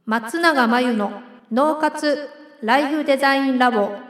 松永真由の脳活ライフデザインラボ。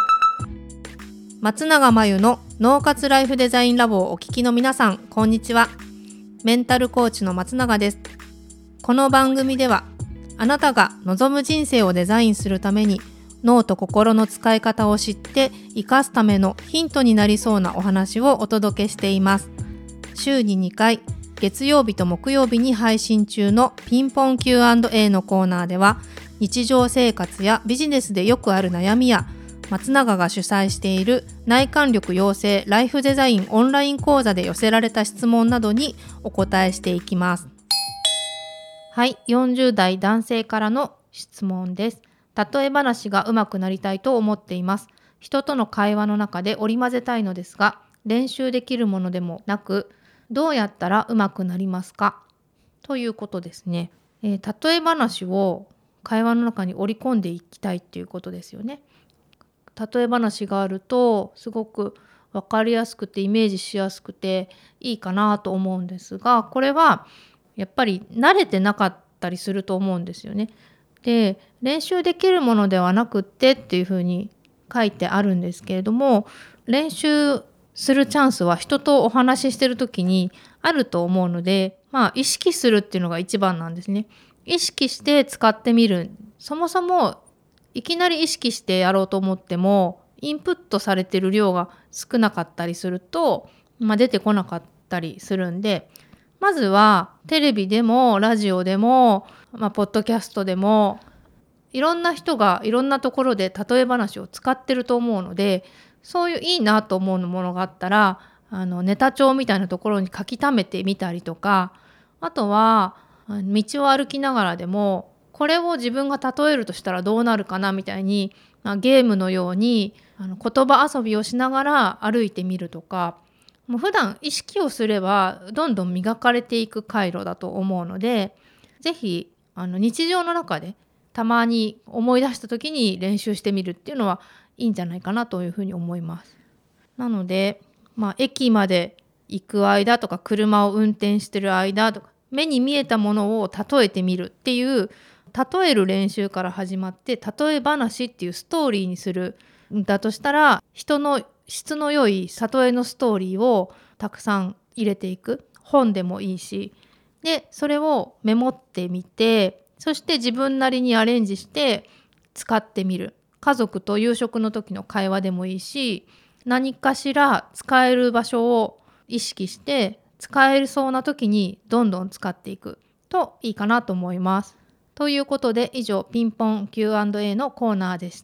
松永真由の脳活ライフデザインラボをお聞きの皆さん、こんにちは。メンタルコーチの松永です。この番組では、あなたが望む人生をデザインするために脳と心の使い方を知って生かすためのヒントになりそうなお話をお届けしています。週に2回、月曜日と木曜日に配信中のピンポン Q&A のコーナーでは、日常生活やビジネスでよくある悩みや、松永が主催している内観力養成ライフデザインオンライン講座で寄せられた質問などにお答えしていきます。はい、40代男性からの質問です。例え話が上手くなりたいと思っています。人との会話の中で織り交ぜたいのですが、練習できるものでもなく、どうやったら上手くなりますか？ということですね。例え話を会話の中に織り込んでいきたいっていうことですよね。例え話があるとすごく分かりやすくてイメージしやすくていいかなと思うんですが、これはやっぱり慣れてなかったりすると思うんですよね。で、練習できるものではなくってっていうふうに書いてあるんですけれども、練習するチャンスは人とお話ししてる時にあると思うので、意識するっていうのが一番なんですね。意識して使ってみる。そもそもいきなり意識してやろうと思ってもインプットされてる量が少なかったりすると、出てこなかったりするんで、まずはテレビでもラジオでも、ポッドキャストでもいろんな人がいろんなところで例え話を使ってると思うので、そういういいなと思うものがあったらネタ帳みたいなところに書き溜めてみたりとか、あとは道を歩きながらでもこれを自分が例えるとしたらどうなるかなみたいに、ゲームのように言葉遊びをしながら歩いてみるとか、もう普段意識をすればどんどん磨かれていく回路だと思うので、ぜひ日常の中でたまに思い出した時に練習してみるっていうのはいいんじゃないかなというふうに思います。なので、駅まで行く間とか車を運転してる間とか、目に見えたものを例えてみるっていう例える練習から始まって、例え話っていうストーリーにするんだとしたら、人の質の良い例えのストーリーをたくさん入れていく。本でもいいし、でそれをメモってみて、そして自分なりにアレンジして使ってみる。家族と夕食の時の会話でもいいし、何かしら使える場所を意識して使えそうな時にどんどん使っていくといいかなと思います。ということで、以上ピンポン Q&A のコーナーでした。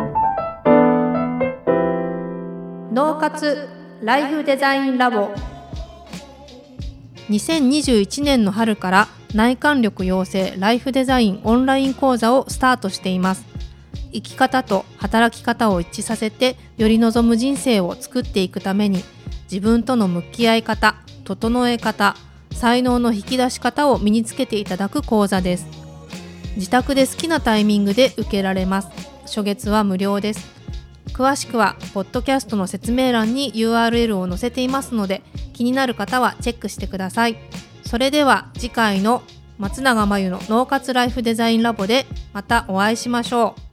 脳活ライフデザインラボ。2021年の春から内観力養成ライフデザインオンライン講座をスタートしています。生き方と働き方を一致させてより望む人生を作っていくために、自分との向き合い方、整え方、才能の引き出し方を身につけていただく講座です。自宅で好きなタイミングで受けられます。初月は無料です。詳しくはポッドキャストの説明欄に URL を載せていますので、気になる方はチェックしてください。それでは次回の松永真由の脳活ライフデザインラボでまたお会いしましょう。